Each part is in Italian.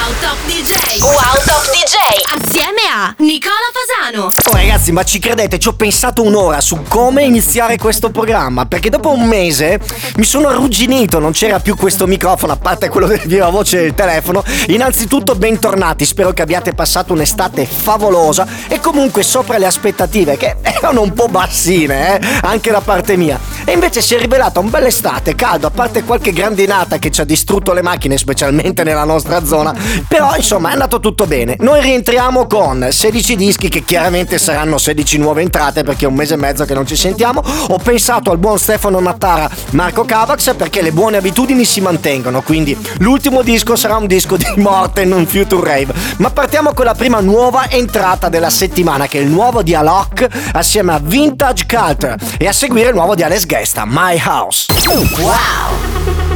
Top DJ. Wow Top DJ. Assieme a Nicola Fasano. Oh ragazzi, ma ci credete? Ci ho pensato un'ora su come iniziare questo programma, perché dopo un mese mi sono arrugginito, non c'era più questo microfono, a parte quello del viva voce del telefono. Innanzitutto bentornati, spero che abbiate passato un'estate favolosa e comunque sopra le aspettative, che erano un po' bassine, anche da parte mia. E invece si è rivelata un bell'estate, caldo, a parte qualche grandinata che ci ha distrutto le macchine, specialmente nella nostra zona. Però insomma è andato tutto bene. Noi rientriamo con 16 dischi che chiaramente saranno 16 nuove entrate, perché è un mese e mezzo che non ci sentiamo. Ho pensato al buon Stefano Nattara, Marco Cavax, perché le buone abitudini si mantengono, quindi l'ultimo disco sarà un disco di morte in un Future Rave. Ma partiamo con la prima nuova entrata della settimana, che è il nuovo di Alok assieme a Vintage Culture, e a seguire il nuovo di Alex Gesta, My House. Wow!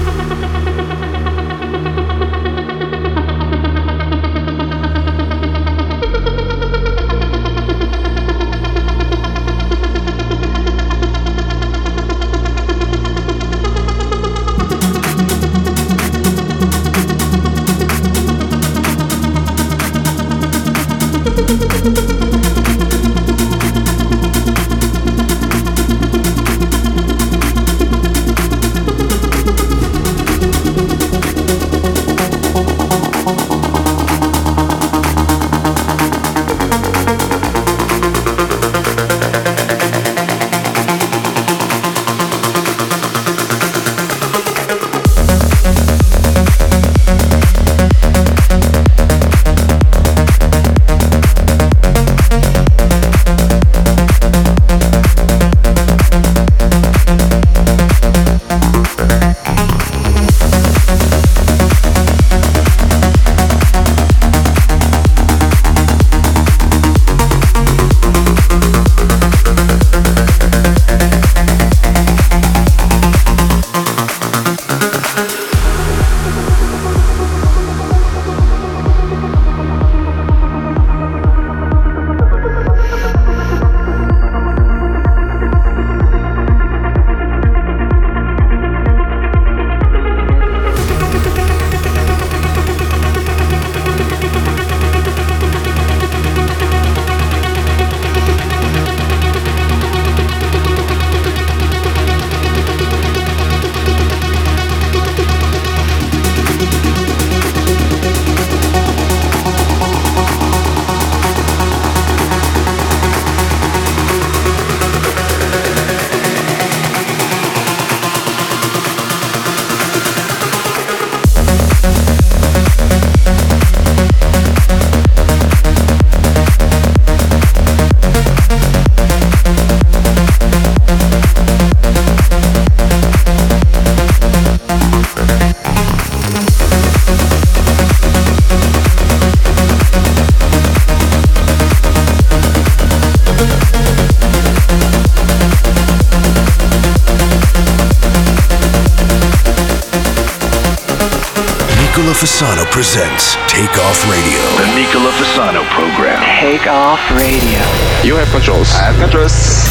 Nicola Fasano presents Take Off Radio. The Nicola Fasano program. Take Off Radio. You have controls. I have controls.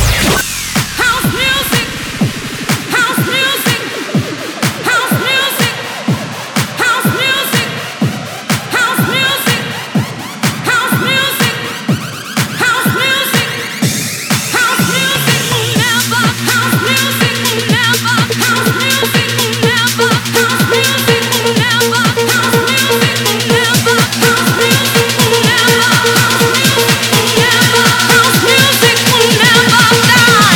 House music will never die.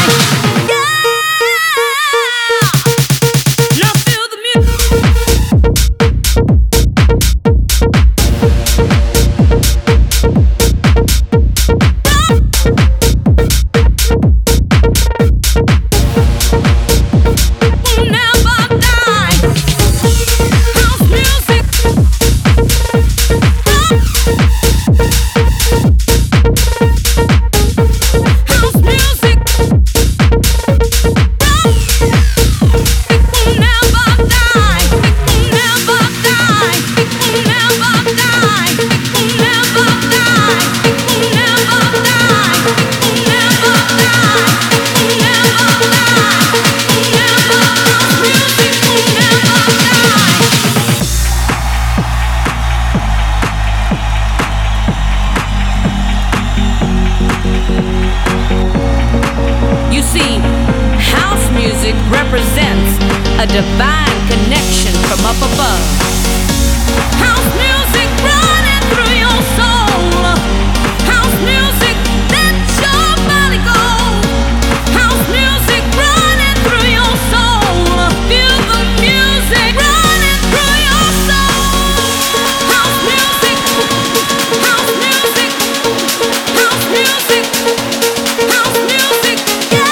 a divine connection from up above. House music running through your soul. House music, let your body go. House music running through your soul. Feel the music running through your soul. House music, house music, house music, house music, yeah.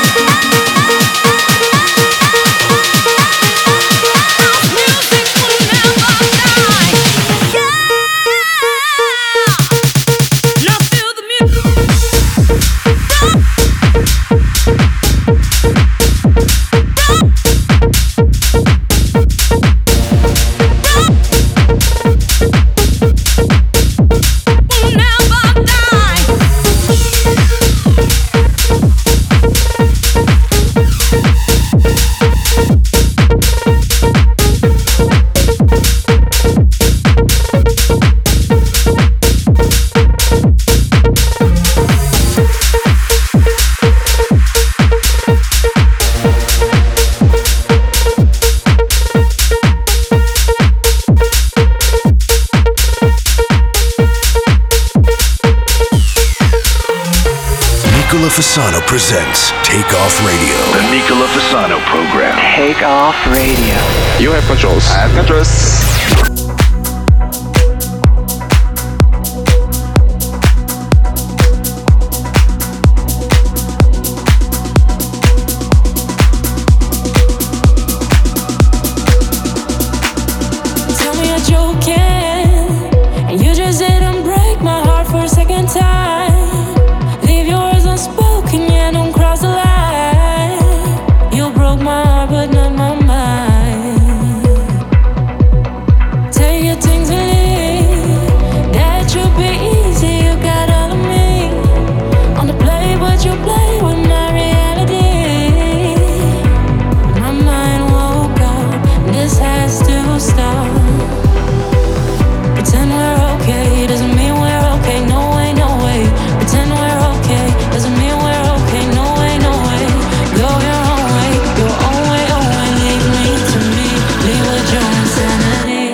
House music will never die, yeah. Now feel the music. Will never die. Nicola Fasano presents Take Off Radio. The Nicola Fasano program. Take Off Radio. You have controls. I have controls. Tell me you're joking, and you just didn't break my heart for a second time. Leave your words unspoken, yeah, don't cross the line. You broke my heart, but not my mind. Take your things and leave. That should be easy, you got all of me on the play, but you play with my reality. My mind woke up, this has to stop. Pretend we're okay, doesn't mean we're okay. No way, no way. Pretend we're okay, doesn't mean we're okay. No way, no way. Go your own way, your own way, own way. Leave me to me, leave with your insanity.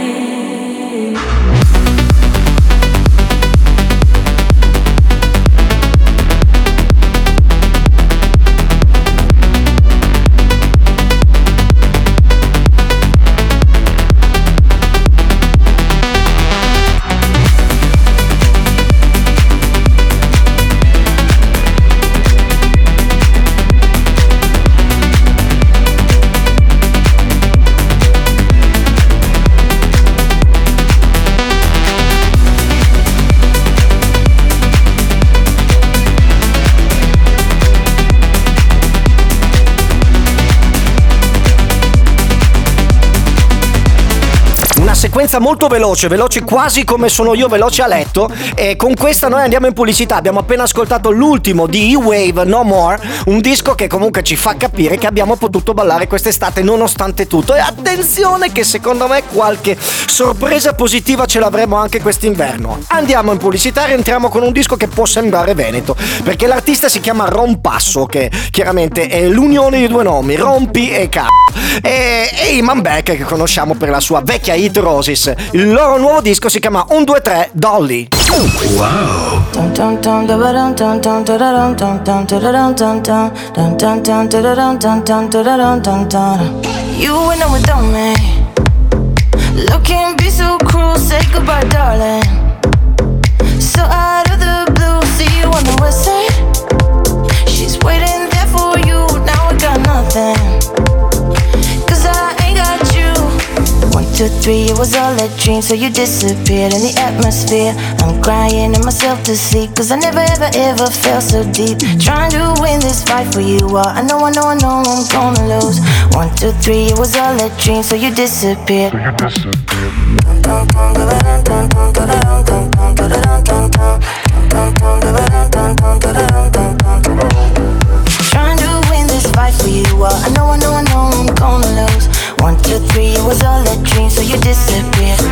Una sequenza molto veloce quasi come sono io, veloce a letto. E con questa noi andiamo in pubblicità. Abbiamo appena ascoltato l'ultimo di E-Wave, No More, un disco che comunque ci fa capire che abbiamo potuto ballare quest'estate nonostante tutto. E attenzione che secondo me qualche sorpresa positiva ce l'avremo anche quest'inverno. Andiamo in pubblicità e rientriamo con un disco che può sembrare veneto, perché l'artista si chiama Rompasso, che chiaramente è l'unione di due nomi, Rompi e e Iman Beck, che conosciamo per la sua vecchia hit Roses. Il loro nuovo disco si chiama 1, 2, 3 Dolly. You went on without me. Looking be so cruel, say goodbye, darling. So out of the blue, see you on the west side. She's waiting there for you, now I got nothing. 'Cause I ain't got you. 1, 2, 3, it was all a dream, so you disappeared in the atmosphere. I'm crying in myself to sleep, 'cause I never ever ever felt so deep. Trying to win this fight for you, well, I know I'm gonna lose. 1, 2, 3, it was all a dream, so you disappeared. Trying to win this fight for you, well, I know I'm gonna lose. 1, 2, 3, it was all a dream, so you disappeared.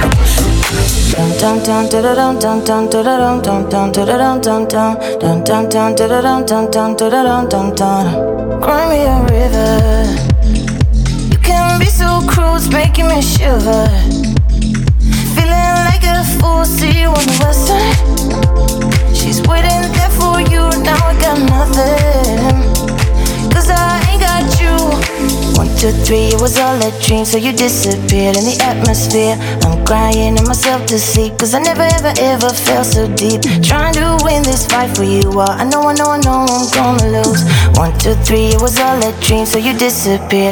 Cry me a river. You can be so cruel, it's making me shiver. Feeling like a fool, see you on the west side. She's waiting there for you, now I got nothing. Cause I ain't got you. 1, 2, 3, it was all a dream, so you disappeared in the atmosphere. I'm crying in myself to sleep, cause I never ever ever felt so deep. Trying to win this fight for you, I know I'm gonna lose. 1, 2, 3, it was all a dream, so you disappeared.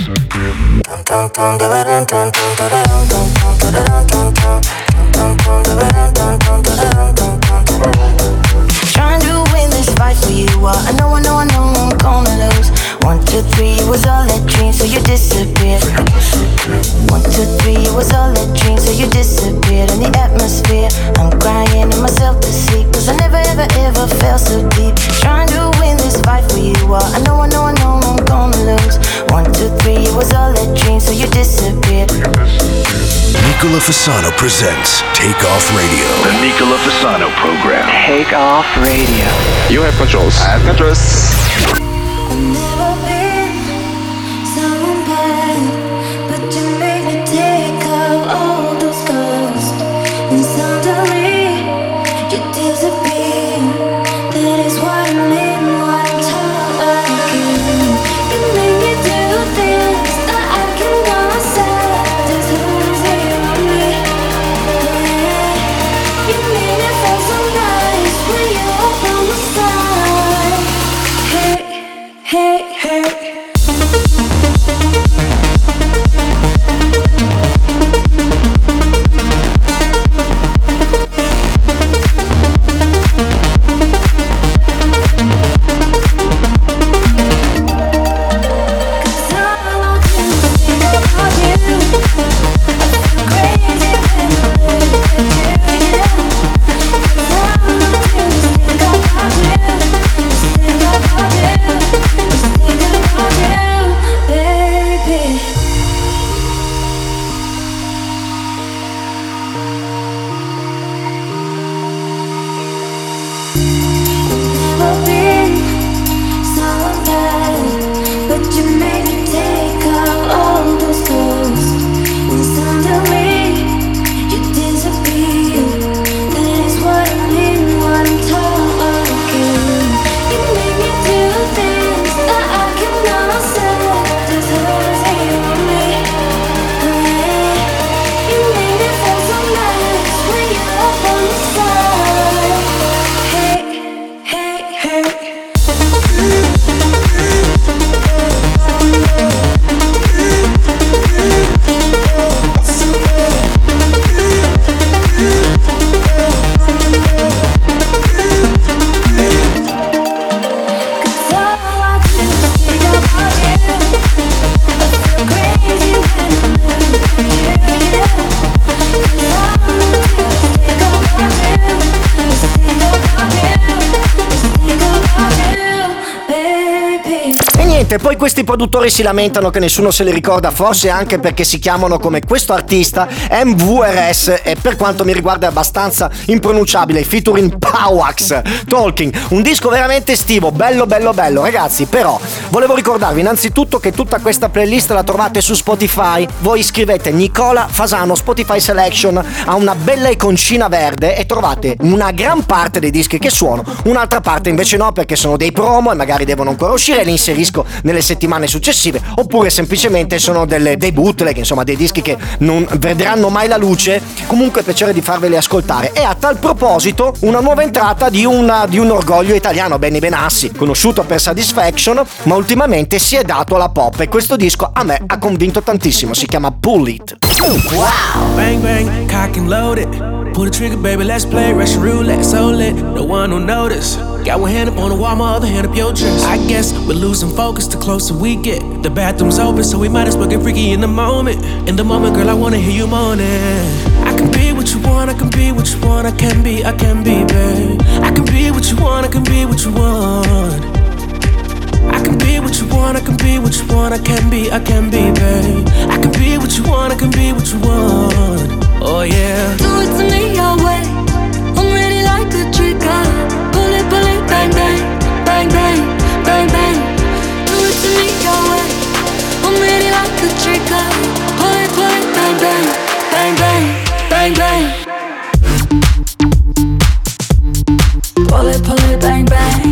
Trying to win this fight for you, I know I'm gonna lose. 1, 2, 3, it was all a dream, so you disappeared. 1, 2, 3, it was all a dream, so you disappeared in the atmosphere. I'm crying in myself to sleep, cause I never ever ever felt so deep. Trying to win this fight for you, I know I'm gonna lose. 1, 2, 3, it was all a dream, so you disappeared. Nicola Fasano presents Take Off Radio. The Nicola Fasano program. Take Off Radio. You have controls. I have controls. I've never been someone bad, but you made me take off all those clothes, and suddenly you disappear. That is what I mean when I'm talking. You make me do things that I cannot say. Just who's here on me? You made me feel so nice when you were on my side. Hey, hey. Poi questi produttori si lamentano che nessuno se li ricorda, forse anche perché si chiamano come questo artista MVRS, e per quanto mi riguarda è abbastanza impronunciabile, featuring Powax Talking, un disco veramente estivo, bello ragazzi. Però volevo ricordarvi innanzitutto che tutta questa playlist la trovate su Spotify. Voi scrivete Nicola Fasano Spotify Selection, ha una bella iconcina verde e trovate una gran parte dei dischi che suono, un'altra parte invece no, perché sono dei promo e magari devono ancora uscire e li inserisco nelle settimane successive, oppure semplicemente sono dei bootleg, insomma dei dischi che non vedranno mai la luce. Comunque è piacere di farveli ascoltare. E a tal proposito una nuova entrata di un orgoglio italiano, Benny Benassi, conosciuto per Satisfaction, ma ultimamente si è dato alla pop e questo disco a me ha convinto tantissimo, si chiama Pull It. Wow! Bang bang, cock and loaded. Pull the trigger, baby, let's play Russian roulette. So lit, no one will notice. Got one hand up on the wall, my other hand up your dress. I guess we're losing focus the closer we get. The bathroom's open, so we might as well get freaky in the moment. In the moment, girl, I wanna hear you moaning. I can be what you want, I can be what you want, I can be, babe. I can be what you want, I can be what you want. I can be what you want, I can be what you want, I can be, babe. I can be what you want, I can be what you want. Oh yeah. Do it to me your way. I'm ready like a trigger. Pull it, bang bang, bang bang, bang bang. Do it to me your way. I'm ready like a trigger. bang bang.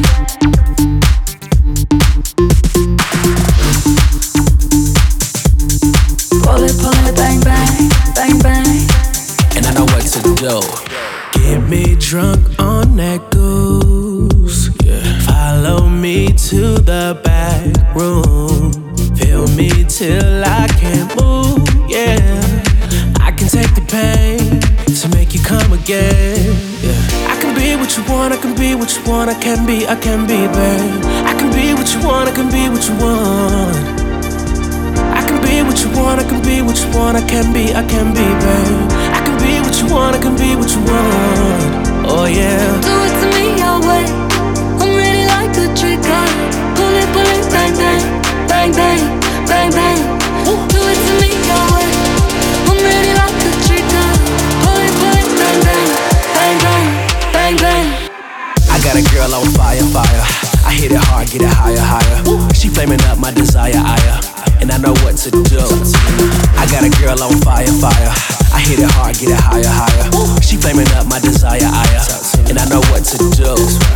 Pull it, bang bang, bang bang. And I know what to do. Get me drunk on that goose. Yeah. Follow me to the back room. Feel me till I can't move. Yeah. I can take the pain to make you come again. Yeah. I can be what you want. I can be what you want. I can be, babe. I can be what you want. I can be what you want. I can be what you want, I can be what you want, I can be, babe. I can be what you want, I can be what you want. Oh yeah. Do it to me your way. I'm ready like a trigger. Pull it, bang bang, bang bang, bang bang. Do it to me your way. I'm ready like a trigger. Pull it, bang bang, bang bang, bang bang. I got a girl on fire, fire. I hit it hard, get it higher, higher. She flaming up my desire, and I know what to do. I got a girl on fire, fire. I hit it hard, get it higher, higher. She flaming up my desire, and I know what to do.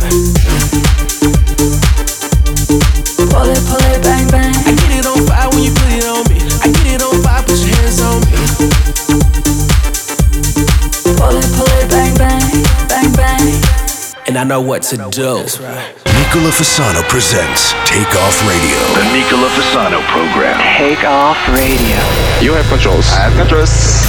Pull it, bang bang. I get it on fire when you put it on me. I get it on fire, put your hands on me. Pull it, bang bang, bang bang. And I know what to do. Nicola Fasano presents Take Off Radio. The Nicola Fasano program. Take Off Radio. You have controls. I have controls.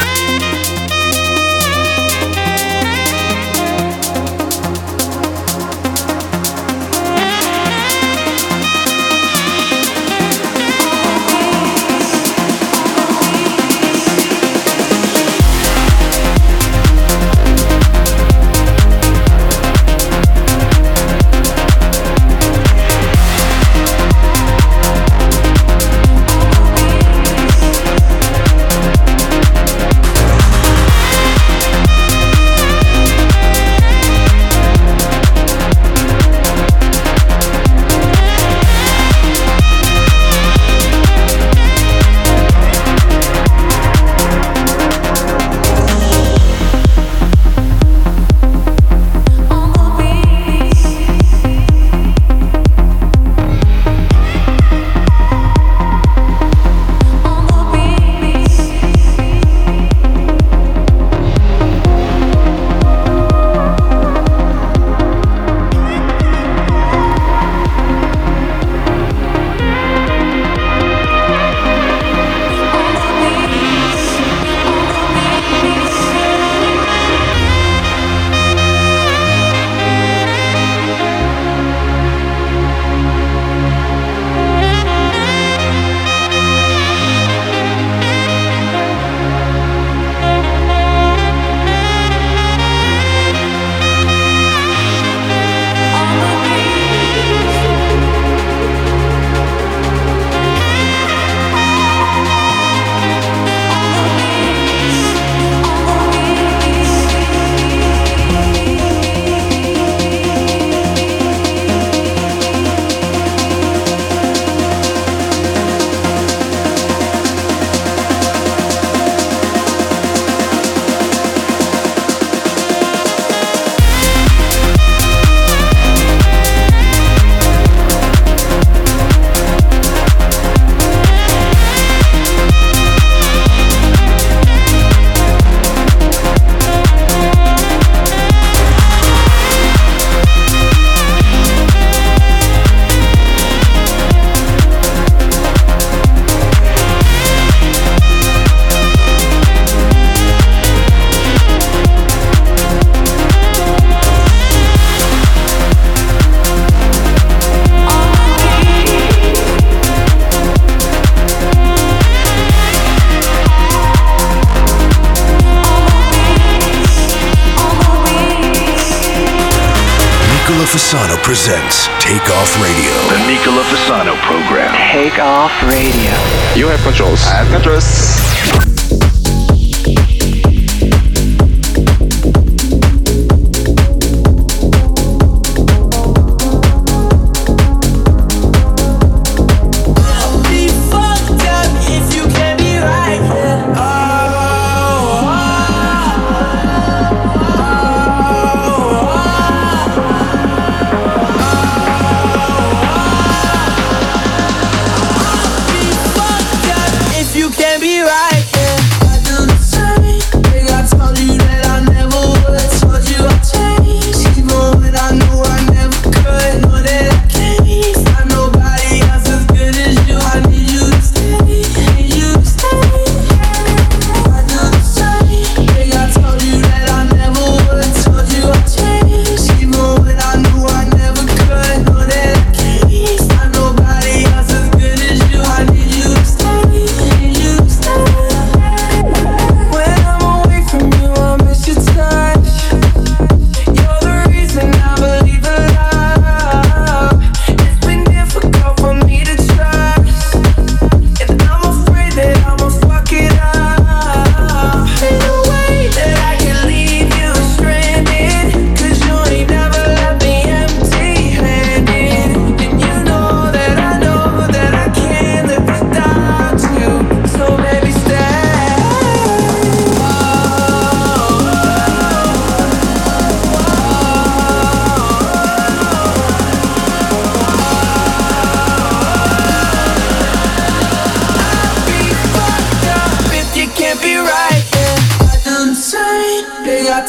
Fasano presents Take Off Radio. The Nicola Fasano program. Take Off Radio. You have controls. I have controls.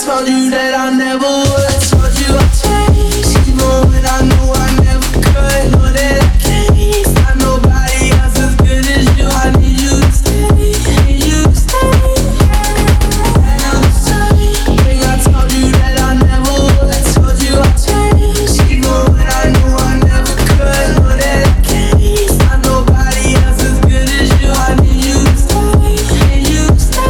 told you that I never would. I told you I'd change, even when I knew I never could. Know that I can't find nobody else as good as you. I need you to stay, need you to stay. And I'm sorry, I told you that I never would. I told you I'd change, even when I knew I never could. Know that I can't find nobody else as good as you. I need you to stay, need you to stay.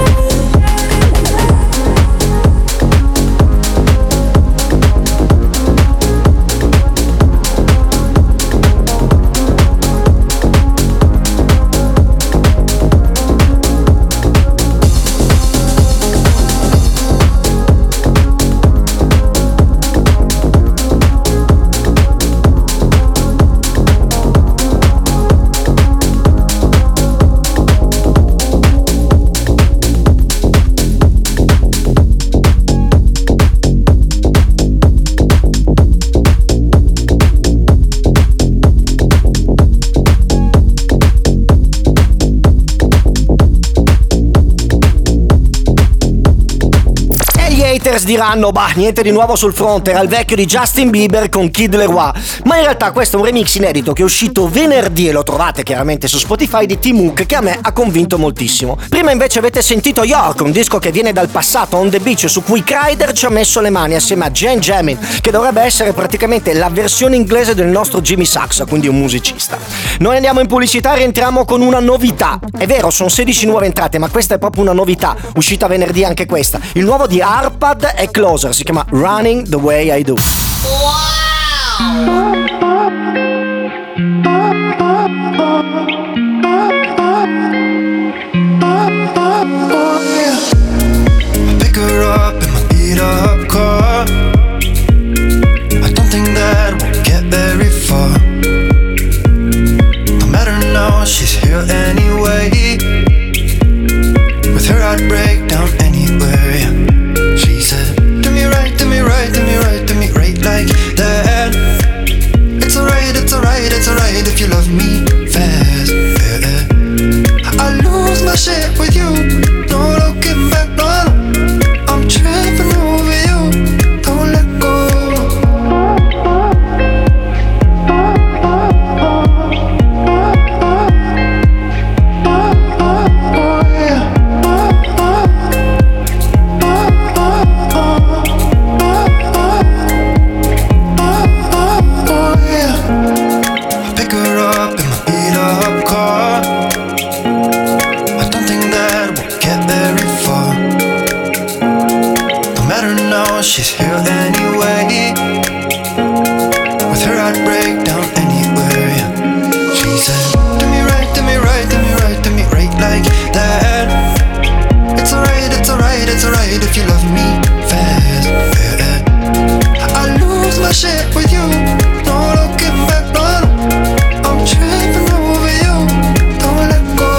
Diranno, bah, niente di nuovo sul fronte, era il vecchio di Justin Bieber con Kid Leroy, ma in realtà questo è un remix inedito che è uscito venerdì e lo trovate chiaramente su Spotify di Tim Hook, che a me ha convinto moltissimo. Prima invece avete sentito York, un disco che viene dal passato, On The Beach, su cui Kryder ci ha messo le mani assieme a Jen Jamin, che dovrebbe essere praticamente la versione inglese del nostro Jimmy Saxa, quindi un musicista. Noi andiamo in pubblicità e rientriamo con una novità. È vero, sono 16 nuove entrate, ma questa è proprio una novità, uscita venerdì anche questa. Il nuovo di Arpad è Closer, si chiama Running the Way I Do. Pick her up in my beat up car. I don't think that we'll get very far. No matter now, she's here anyway. With her I'd break down anywhere, yeah. She said, do me right, do me right, do me right, do me right like that. It's alright, it's alright, it's alright if you love me fast, yeah. I lose my shit with you, no looking back, no. I'm tripping over you, don't let go. She's here anyway. With her I'd break down anywhere, yeah. She said, do me right, do me right, do me right, do me right like that. It's alright, it's alright, it's alright if you love me fast, yeah. I lose my shit with you, no looking back, no. I'm tripping over you, don't let go.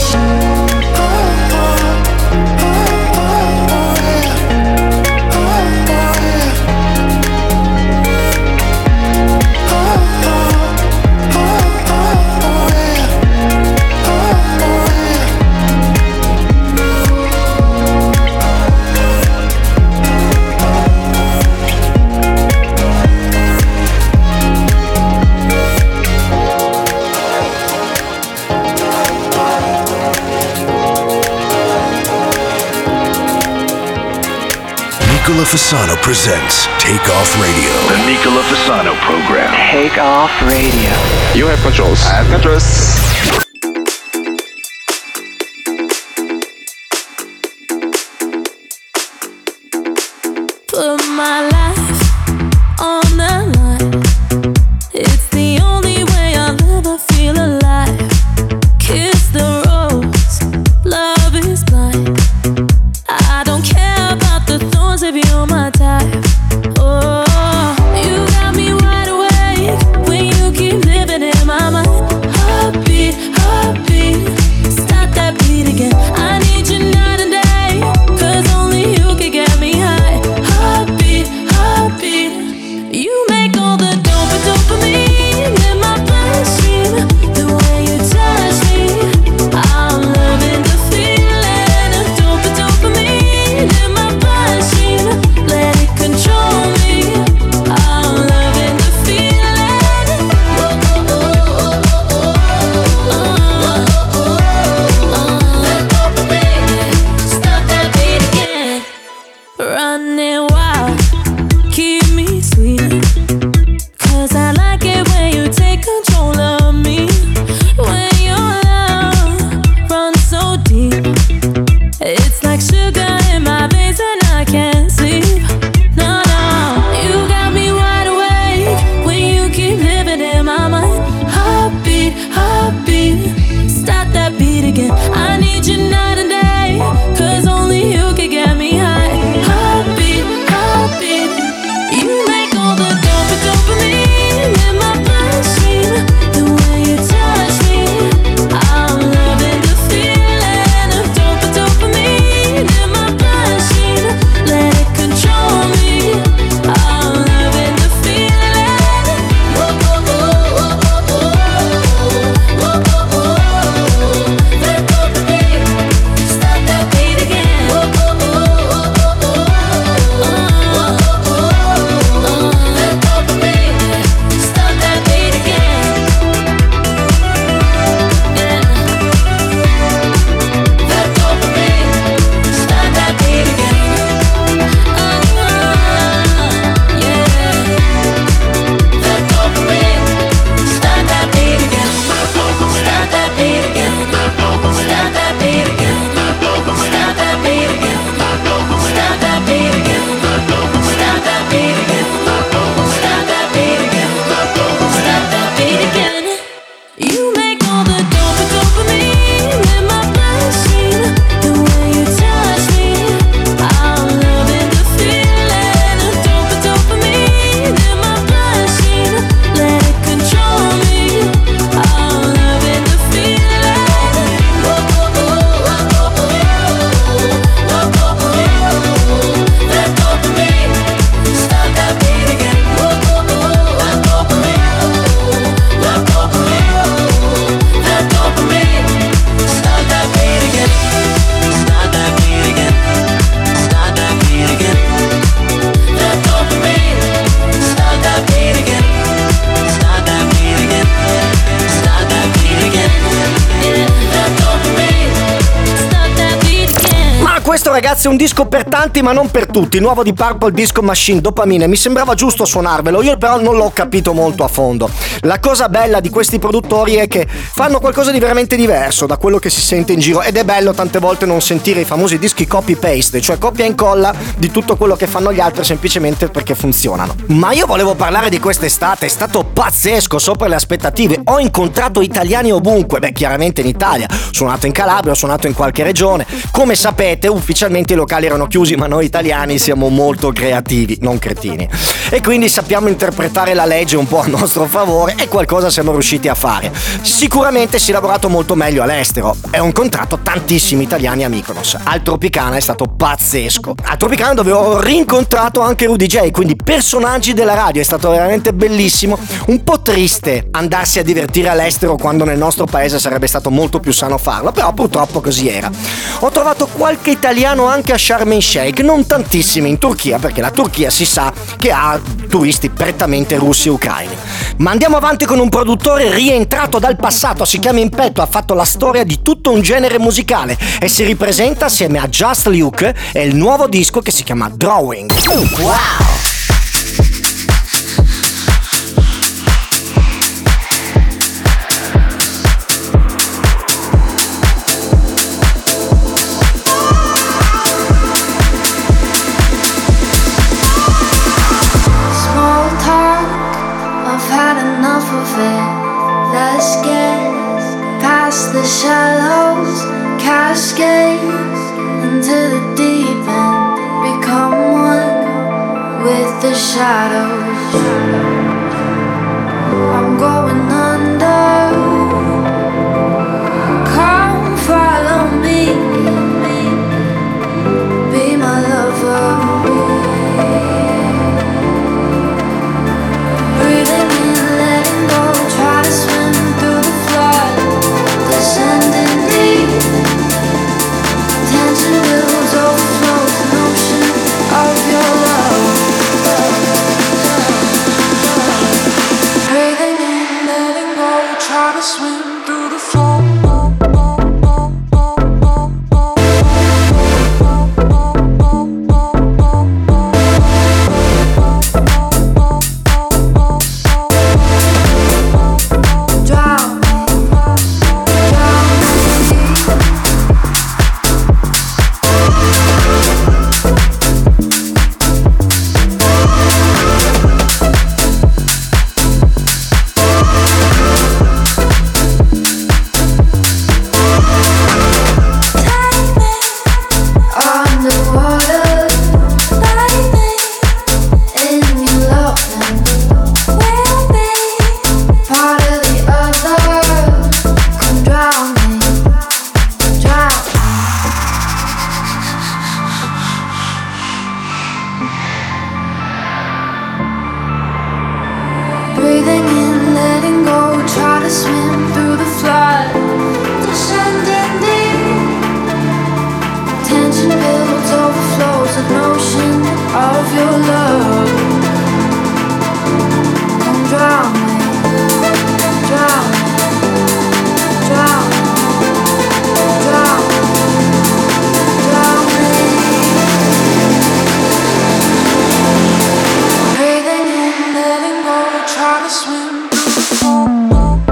Nicola Fasano presents Take Off Radio. The Nicola Fasano program. Take Off Radio. You have controls. I have controls. Put my life on the line. It's the only way I'll ever feel alive. Kiss the rose, love is blind. I don't care about the thorns if you're my type. Oh, you got me wide awake when you keep living in my mind. Heartbeat, heartbeat, stop that beat again. I need you night and day, 'cause only you can get me high. Heartbeat, heartbeat, you make ragazzi, un disco per tanti ma non per tutti. Il nuovo di Purple, Disco Machine, Dopamine. Mi sembrava giusto suonarvelo, io però non l'ho capito molto a fondo. La cosa bella di questi produttori è che fanno qualcosa di veramente diverso da quello che si sente in giro, ed è bello tante volte non sentire i famosi dischi copy paste, cioè copia e incolla di tutto quello che fanno gli altri semplicemente perché funzionano. Ma io volevo parlare di quest'estate, è stato pazzesco, sopra le aspettative. Ho incontrato italiani ovunque, beh, chiaramente in Italia, ho suonato in Calabria, ho suonato in qualche regione. Come sapete, ufficialmente i locali erano chiusi, ma noi italiani siamo molto creativi, non cretini, e quindi sappiamo interpretare la legge un po' a nostro favore, e qualcosa siamo riusciti a fare. Sicuramente si è lavorato molto meglio all'estero, e ho incontrato tantissimi italiani a Mykonos. Al Tropicana è stato pazzesco, al Tropicana dove ho rincontrato anche Rudy J, quindi personaggi della radio. È stato veramente bellissimo. Un po' triste andarsi a divertire all'estero quando nel nostro paese sarebbe stato molto più sano farlo, però purtroppo così era. Ho trovato qualche italiano anche a Sharm el Sheikh, non tantissimi in Turchia, perché la Turchia si sa che ha turisti prettamente russi e ucraini. Ma andiamo avanti con un produttore rientrato dal passato, si chiama Impetto, ha fatto la storia di tutto un genere musicale e si ripresenta assieme a Just Luke e il nuovo disco che si chiama Drawing. Wow! Let's get past the shallows, cascade into the deep end, become one with the shadows. I'm going under, come follow me, be my lover. Breathing in, letting go, try to swim through the flood, descending deep. Tension builds, overflows, an ocean of your love. Breathing in, letting go, try to swim through the flow. Breathing in, letting go, try to swim through the flood, descending deep. Tension builds, overflows, an ocean of your love. Come drown me, drown me, drown me, drown me, drown me. Breathing in, letting go, try to swim through the flow.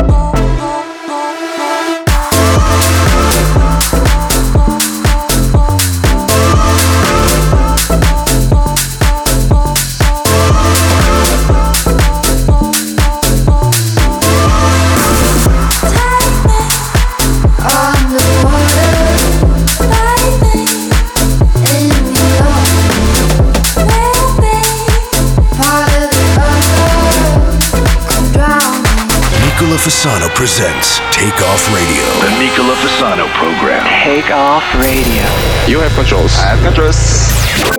Nicola Fasano presents Take Off Radio. The Nicola Fasano program. Take Off Radio. You have controls. I have controls.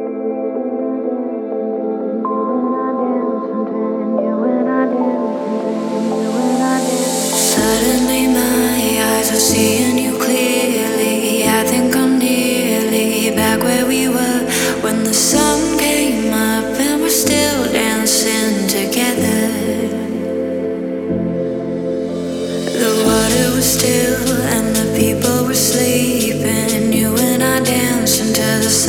Suddenly my eyes are seeing you clearly. I think I'm nearly back where we were when the sun came up and we're still dancing together. The water was still and the people were sleeping. You and I danced until the sun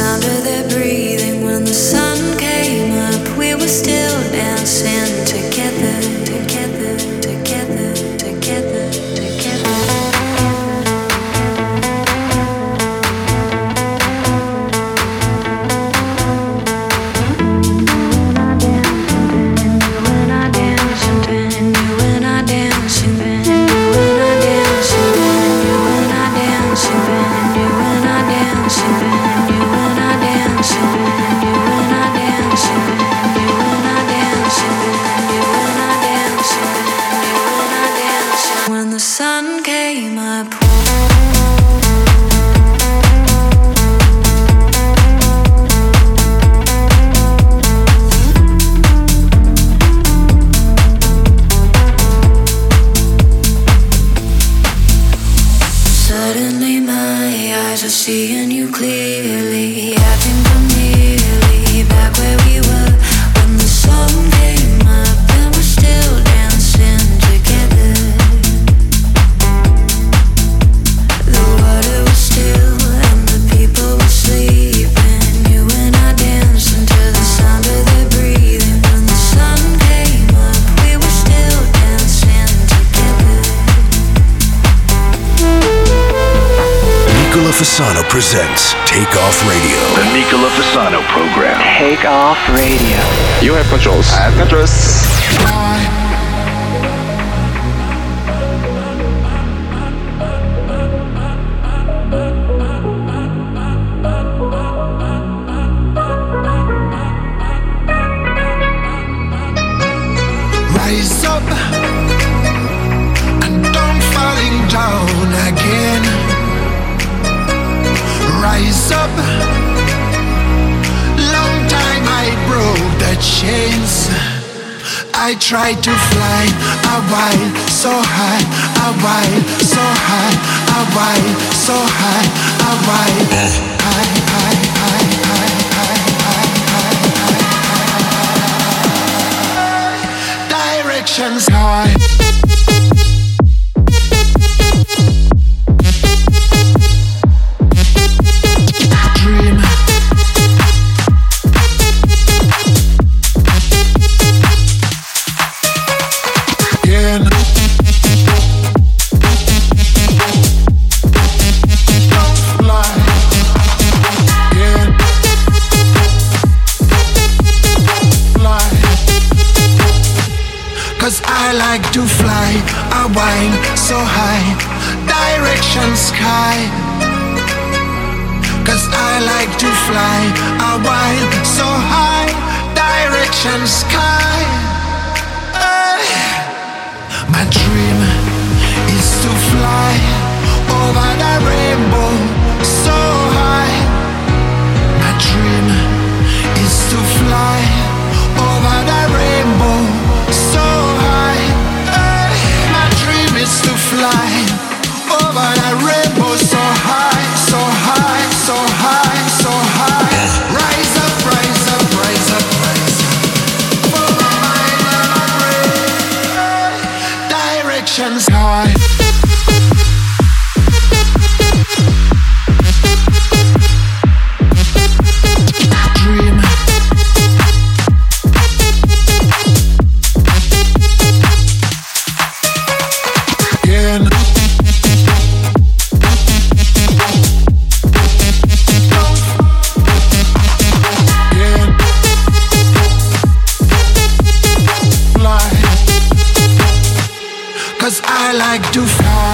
Fasano presents Take Off Radio. The Nicola Fasano program. Take Off Radio. You have controls. I have controls. Rise up and don't falling down again. Rise up. Long time I broke the chains. I tried to fly a while so high, a while so high, a while so high, a while high, high, high, high, high, high, high, high. Directions high. I like to fly a while so high, direction sky. Cause I like to fly a while so high, direction sky. My dream is to fly over the rainbow so high. My dream is to fly over the rainbow so high. My dream is to fly over the rainbow so high, so high, so high, so high. Rise up, rise up, rise up, rise up. For my mind and my brain. Directions high. I like to fly.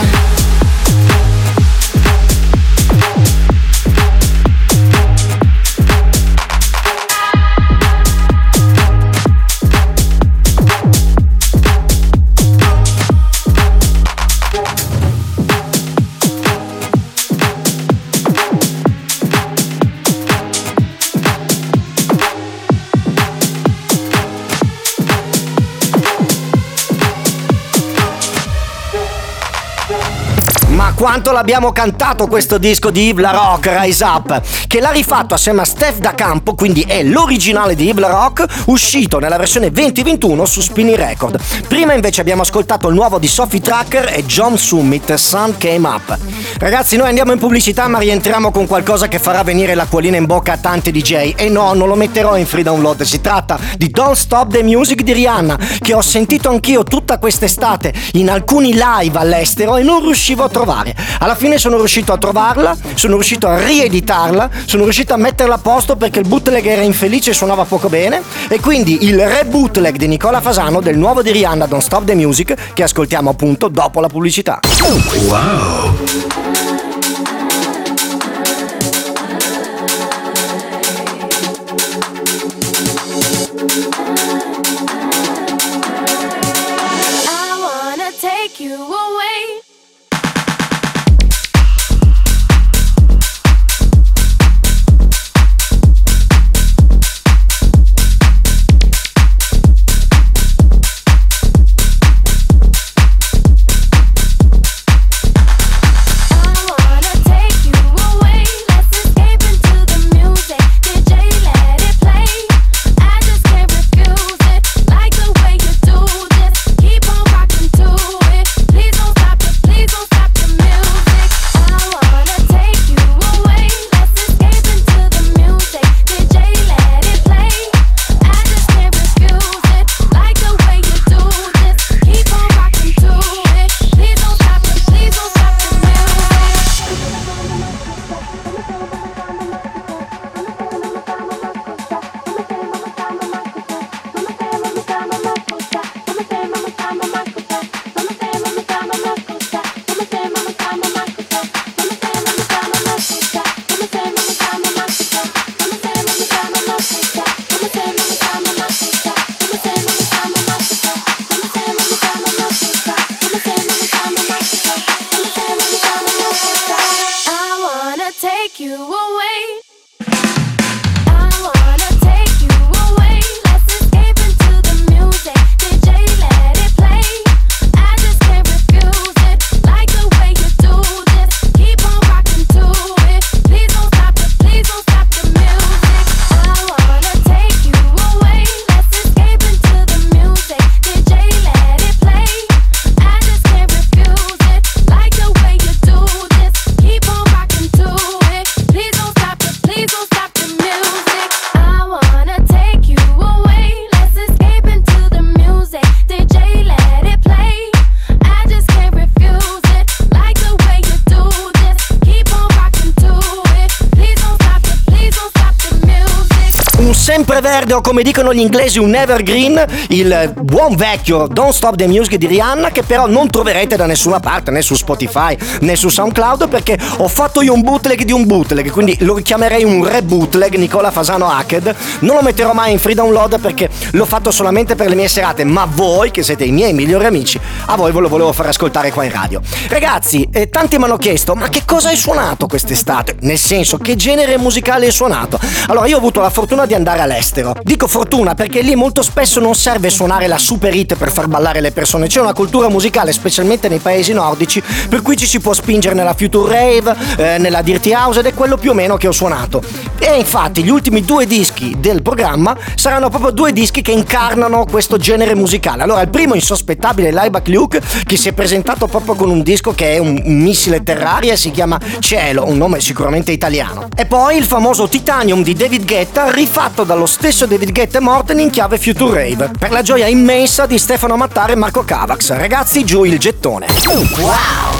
Quanto l'abbiamo cantato questo disco di Yves Larock, Rise Up, che l'ha rifatto assieme a Steph Da Campo, quindi è l'originale di Yves Larock, uscito nella versione 2021 su Spinning Record. Prima invece abbiamo ascoltato il nuovo di Sophie Tucker e John Summit, Sun Came Up. Ragazzi, noi andiamo in pubblicità, ma rientriamo con qualcosa che farà venire l'acquolina in bocca a tanti DJ. E no, non lo metterò in free download, si tratta di Don't Stop the Music di Rihanna, che ho sentito anch'io tutta quest'estate in alcuni live all'estero e non riuscivo a trovare. Alla fine sono riuscito a trovarla, sono riuscito a rieditarla, sono riuscito a metterla a posto perché il bootleg era infelice e suonava poco bene, e quindi il re-bootleg di Nicola Fasano del nuovo di Rihanna, Don't Stop the Music, che ascoltiamo appunto dopo la pubblicità. Wow. I wanna take you away. Let's escape into the music. DJ, let it play. I just can't refuse. sempreverde o come dicono gli inglesi un evergreen, il buon vecchio Don't Stop the Music di Rihanna, che però non troverete da nessuna parte, né su Spotify né su SoundCloud, perché ho fatto io un bootleg di un bootleg, quindi lo chiamerei un re-bootleg Nicola Fasano Hacked. Non lo metterò mai in free download perché l'ho fatto solamente per le mie serate, ma voi che siete i miei migliori amici, a voi ve lo volevo far ascoltare qua in radio. Ragazzi, tanti mi hanno chiesto: ma che cosa hai suonato quest'estate? Nel senso, che genere musicale hai suonato? Allora, io ho avuto la fortuna di andare all'estero. Dico fortuna perché lì molto spesso non serve suonare la super hit per far ballare le persone. C'è una cultura musicale, specialmente nei paesi nordici, per cui ci si può spingere nella future rave, nella dirty house, ed è quello più o meno che ho suonato. E infatti gli ultimi 2 dischi del programma saranno proprio 2 dischi che incarnano questo genere musicale. Allora, il primo insospettabile è Laibach Luke, che si è presentato proprio con un disco che è un missile terraria e si chiama Cielo, un nome sicuramente italiano. E poi il famoso Titanium di David Guetta, rifatto dallo stesso David Guetta e Morten in chiave future rave, per la gioia immensa di Stefano Mattare e Marco Cavax. Ragazzi, giù il gettone. Wow!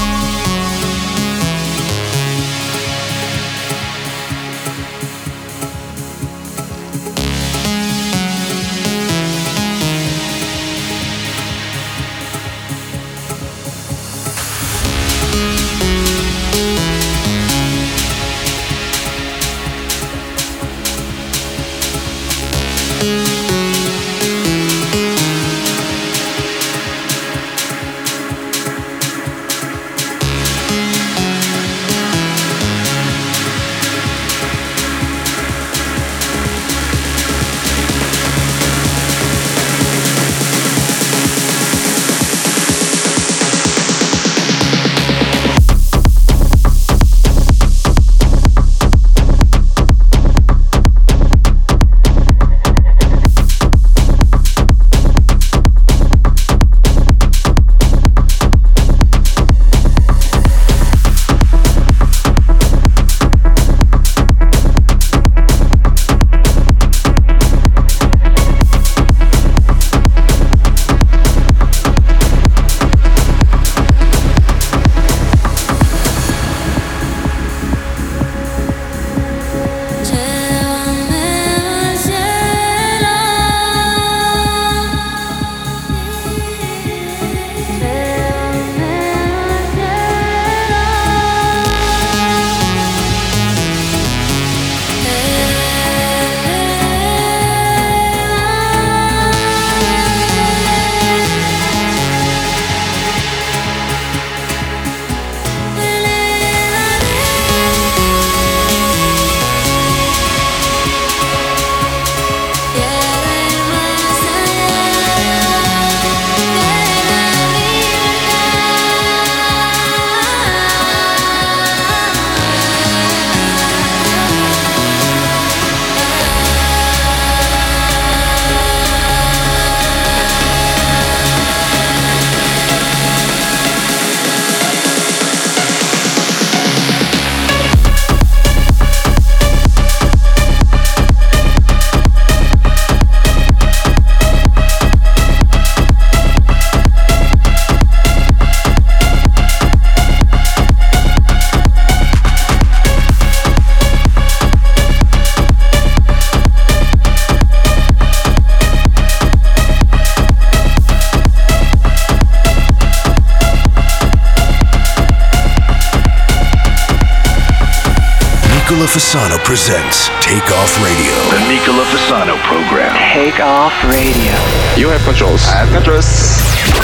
Nicola Fasano presents Take Off Radio. The Nicola Fasano program. Take Off Radio. You have controls. I have controls.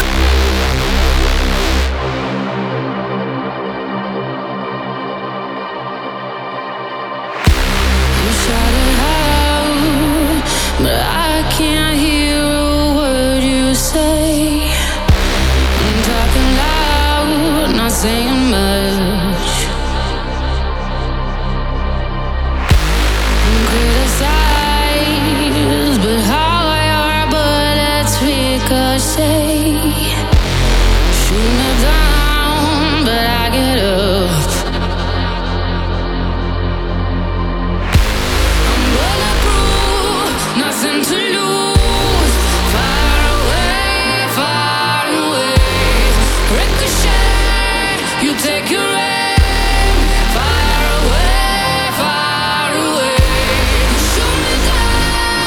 But I can't hear a word you say. I'm talking loud, not saying much. I'm criticized, but how your bullets ricochet. Shoot me down, but I get up. Nothing to lose. Far away, ricochet. You take your aim. Far away, shoot me down,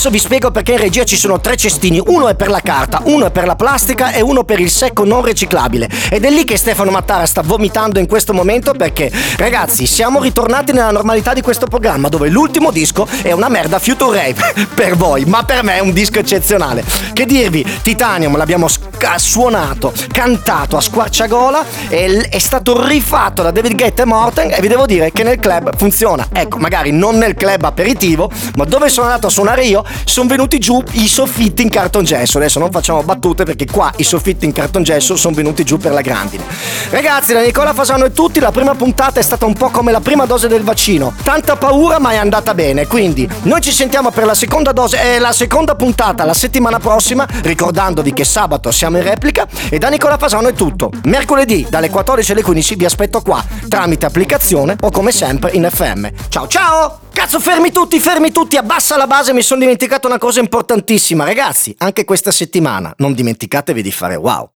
Adesso vi spiego perché in regia ci sono 3 cestini, uno è per la carta, uno è per la plastica e uno per il secco non riciclabile. Ed è lì che Stefano Mattara sta vomitando in questo momento, perché ragazzi siamo ritornati nella normalità di questo programma, dove l'ultimo disco è una merda Future Rave per voi, ma per me è un disco eccezionale. Che dirvi, Titanium l'abbiamo suonato, cantato a squarciagola, è stato rifatto da David Guetta e Morten, e vi devo dire che nel club funziona. Ecco, magari non nel club aperitivo, ma dove sono andato a suonare io sono venuti giù i soffitti in cartongesso. Adesso non facciamo battute, perché qua i soffitti in cartongesso sono venuti giù per la grandine. Ragazzi, da Nicola Fasano è tutti. La prima puntata è stata un po' come la prima dose del vaccino, tanta paura ma è andata bene, quindi noi ci sentiamo per la seconda dose e la seconda puntata la settimana prossima, ricordandovi che sabato siamo in replica. E da Nicola Fasano è tutto. Mercoledì dalle 14 alle 15 vi aspetto qua, tramite applicazione o come sempre in FM. Ciao ciao! Cazzo, fermi tutti, abbassa la base, mi sono dimenticato una cosa importantissima. Ragazzi, anche questa settimana non dimenticatevi di fare wow.